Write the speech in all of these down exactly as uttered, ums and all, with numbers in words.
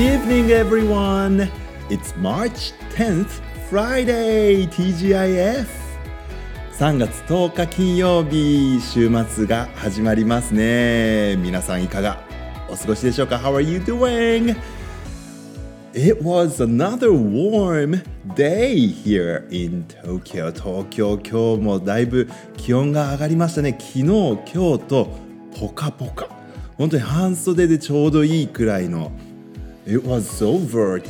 Good evening, everyone. It's March tenth, Friday, ティージーアイエフ。さんがつとおか金曜日、週末が始まりますね。皆さんいかがお過ごしでしょうか？ How are you doing? It was another warm day here in Tokyo. 東京、今日もだいぶ気温が上がりましたね。昨日、今日とポカポカ。本当に半袖でちょうどいいくらいの。It was over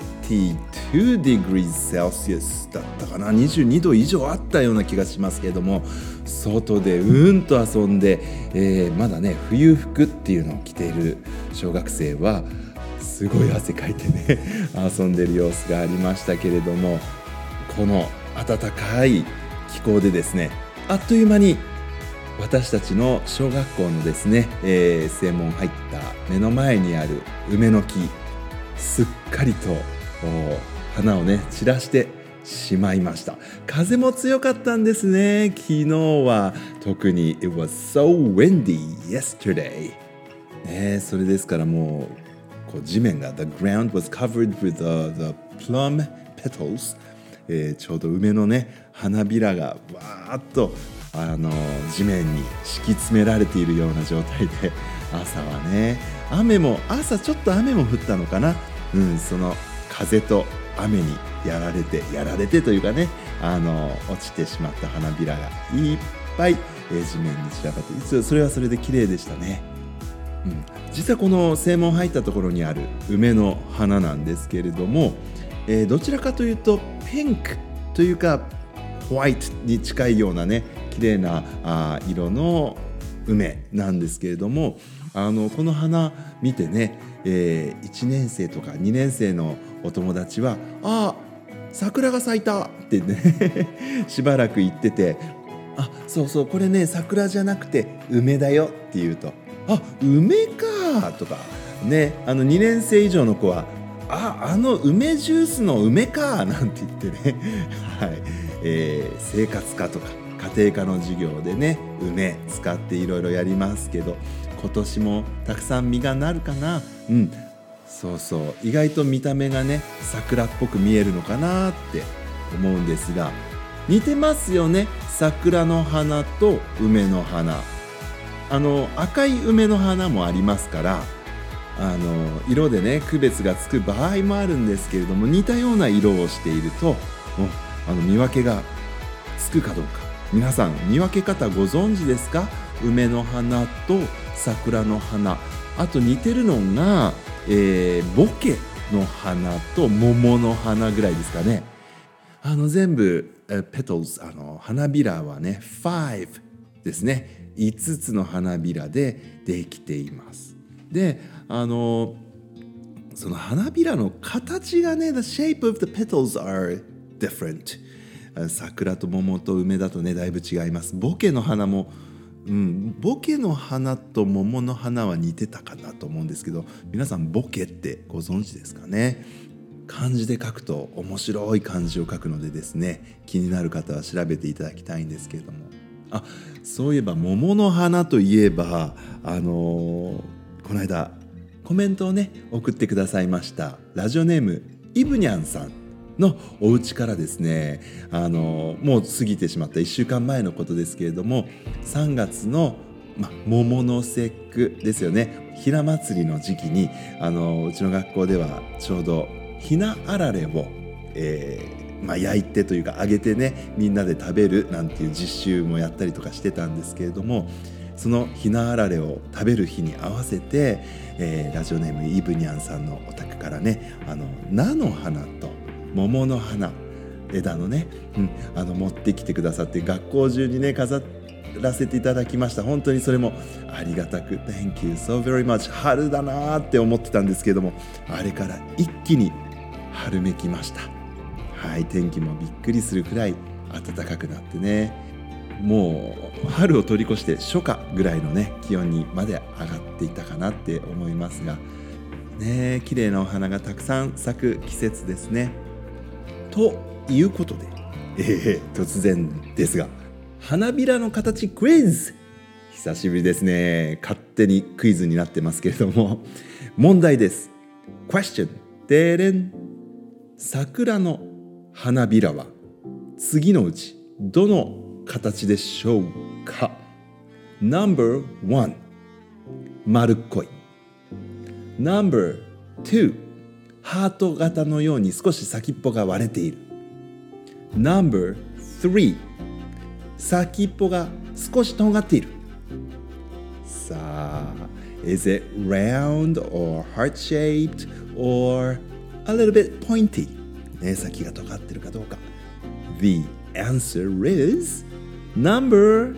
twenty-two degrees Celsius だったかな。にじゅうにど以上あったような気がしますけれども、外でうんと遊んで、えー、まだね冬服っていうのを着ている小学生はすごい汗かいてね遊んでる様子がありましたけれども、この暖かい気候でですね、あっという間に私たちの小学校のですね、えー、正門入った目の前にある梅の木、すっかりと花をね散らしてしまいました。風も強かったんですね。昨日は特に It was so windy yesterday、ね、それですからもう、こう地面が The ground was covered with the, the plum petals、えー、ちょうど梅のね花びらがわーっとあの地面に敷き詰められているような状態で、朝はね雨も朝ちょっと雨も降ったのかな、うん、その風と雨にやられてやられてというかね、あの落ちてしまった花びらがいっぱい、えー、地面に散らばって、それはそれで綺麗でしたね、うん、実はこの正門入ったところにある梅の花なんですけれども、えー、どちらかというとピンクというかホワイトに近いようなね綺麗なあ色の梅なんですけれども、あのこの花見てね、えー、いちねん生とかにねん生のお友達はあ桜が咲いたってねしばらく言ってて、あそうそうこれね桜じゃなくて梅だよって言うと、あ梅かとかね、あのにねん生以上の子はああの梅ジュースの梅かなんて言ってねはい、えー、生活科とか家庭科の授業でね梅使っていろいろやりますけど、今年もたくさん実がなるかな。うんそうそう、意外と見た目がね桜っぽく見えるのかなって思うんですが、似てますよね。桜の花と梅の花、あの赤い梅の花もありますから、あの色でね区別がつく場合もあるんですけれども、似たような色をしているとあの見分けがつくかどうか、皆さん見分け方ご存知ですか？梅の花と桜の花、あと似てるのが、えー、ボケの花と桃の花ぐらいですかね。あの全部、えー、ペトルズ、あの花びらはねごですね。いつつの花びらでできています。で、あのその花びらの形がね The shape of the petals are different。桜と桃と梅だとねだいぶ違います。ボケの花も、うん、ボケの花と桃の花は似てたかなと思うんですけど、皆さんボケってご存知ですかね。漢字で書くと面白い漢字を書くのでですね、気になる方は調べていただきたいんですけれども、あそういえば桃の花といえばあのー、この間コメントをね送ってくださいましたラジオネームイブニャンさんのお家からですね、あのもう過ぎてしまったいっしゅうかんまえのことですけれども、さんがつの、ま、桃の節句ですよね、ひな祭りの時期にあのうちの学校ではちょうどひなあられを、えーまあ、焼いてというか揚げてねみんなで食べるなんていう実習もやったりとかしてたんですけれども、そのひなあられを食べる日に合わせて、えー、ラジオネームイブニャンさんのお宅からね、あの菜の花と桃の花枝のね、うん、あの持ってきてくださって学校中にね飾らせていただきました。本当にそれもありがたく Thank you so very much。 春だなって思ってたんですけれども、あれから一気に春めきました。はい、天気もびっくりするくらい暖かくなってね、もう春を通り越して初夏ぐらいのね気温にまで上がっていたかなって思いますがね、綺麗なお花がたくさん咲く季節ですね。ということで、えー、突然ですが花びらの形クイズ、久しぶりですね。勝手にクイズになってますけれども問題です。 Question でれん。桜の花びらは次のうちどの形でしょうか？ ナンバーワン 丸っこい。 ナンバーツー ハート型のように少し先っぽが割れている。 ナンバースリー 先っぽが少しとんがっている。さあ、Is it round or heart-shaped or a little bit pointy? ね、先が尖ってるかどうか。The answer is number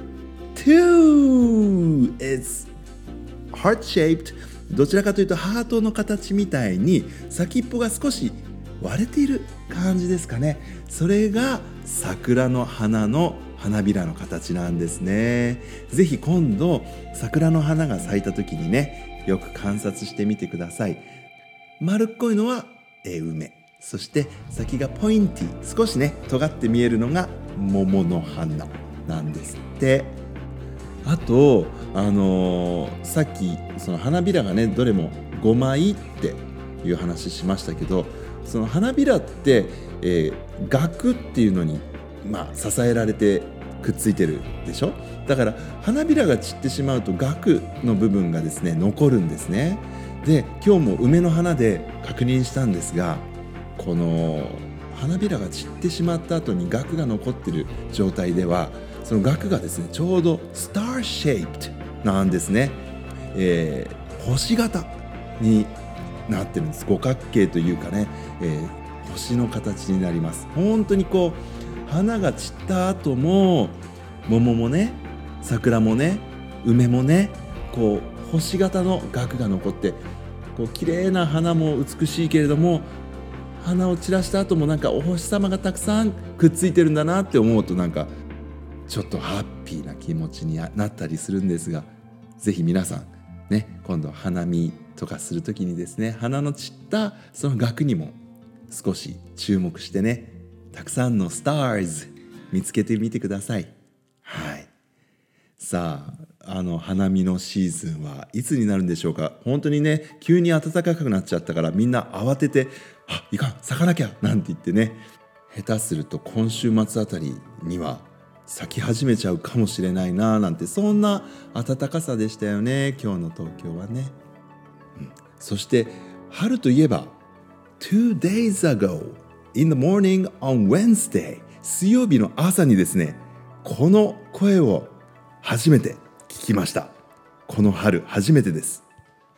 two. It's heart-shaped. どちらかというとハートの形みたいに先っぽが少し割れている感じですかね。それが桜の花の花びらの形なんですね。ぜひ今度桜の花が咲いた時にね、よく観察してみてください。丸っこいのは梅、そして先がポインティ、少しね尖って見えるのが桃の花なんですって。あとあのー、さっきその花びらがねどれもごまいっていう話しましたけど、その花びらって、えー、萼っていうのに、まあ、支えられてくっついてるでしょ。だから花びらが散ってしまうと萼の部分がですね残るんですね。で今日も梅の花で確認したんですが、この花びらが散ってしまった後に萼が残ってる状態ではその萼がですねちょうどスターシェイプなんですね、えー、星型になってるんです。五角形というかね、えー、星の形になります。本当にこう花が散った後も桃もね桜もね梅もねこう星型の萼が残って、こう綺麗な花も美しいけれども花を散らした後もなんかお星様がたくさんくっついてるんだなって思うと、なんかちょっとハッピーな気持ちになったりするんですが、ぜひ皆さんね今度花見とかするときにですね、花の散ったその額にも少し注目してね、たくさんのスターズ見つけてみてください。はい。さあ、あの花見のシーズンはいつになるんでしょうか。本当にね急に暖かくなっちゃったからみんな慌ててあいかん咲かなきゃなんて言ってね、下手すると今週末あたりには咲き始めちゃうかもしれないななんて、そんな暖かさでしたよね今日の東京はね、うん、そして春といえば Two days ago in the morning on Wednesday 水曜日の朝にですねこの声を初めて聞きました。この春初めてです。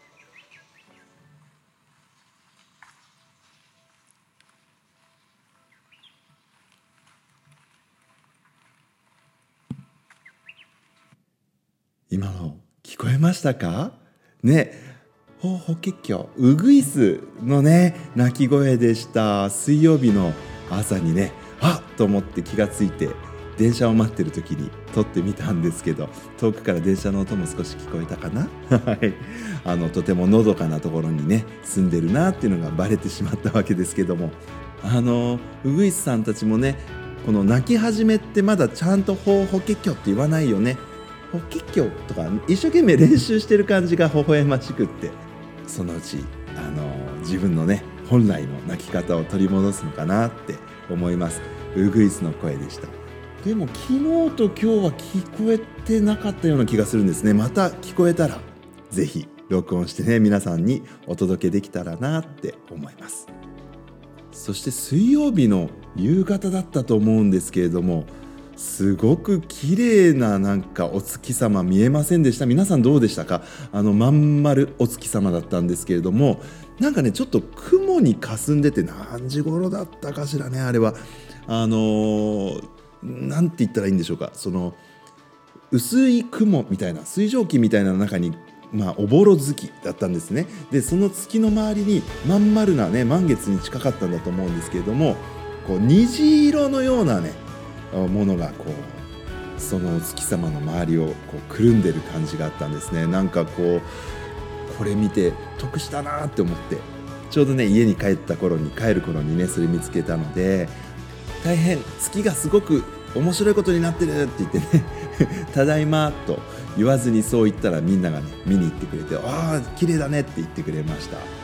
今の聞こえましたかね。ホホケッキョウグイスのね鳴き声でした。水曜日の朝にねあっと思って気がついて電車を待ってる時に撮ってみたんですけど、遠くから電車の音も少し聞こえたかなはいあのとてものどかなところにね住んでるなっていうのがバレてしまったわけですけども、あのウグイスさんたちもねこの鳴き始めってまだちゃんとホホケッキョって言わないよね。ホケッキョとか一生懸命練習してる感じが微笑ましくって、そのうちあの自分のね本来の鳴き方を取り戻すのかなって思います。ウグイスの声でした。でも昨日と今日は聞こえてなかったような気がするんですね。また聞こえたらぜひ録音してね皆さんにお届けできたらなって思います。そして水曜日の夕方だったと思うんですけれども、すごく綺麗ななんかお月様見えませんでした？皆さんどうでしたか？あのまん丸お月様だったんですけれども、なんかねちょっと雲に霞んでて、何時頃だったかしらねあれは。あのー、なんて言ったらいいんでしょうか、その薄い雲みたいな水蒸気みたいな中にまあおぼろ月だったんですね。でその月の周りにまん丸なね満月に近かったんだと思うんですけれども、こう虹色のようなねものがこうそのお月様の周りをこうくるんでる感じがあったんですね。なんかこうこれ見て得したなって思って、ちょうどね家に帰った頃に帰る頃にねそれ見つけたので、大変月がすごく面白いことになってるって言ってねただいまと言わずにそう言ったらみんながね見に行ってくれて、ああ綺麗だねって言ってくれました。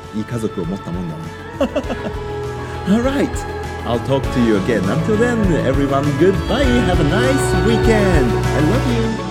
いい家族を持ったもんだな。Alright, I'll talk to you again. Until then, everyone, goodbye. Have a nice weekend. I love you.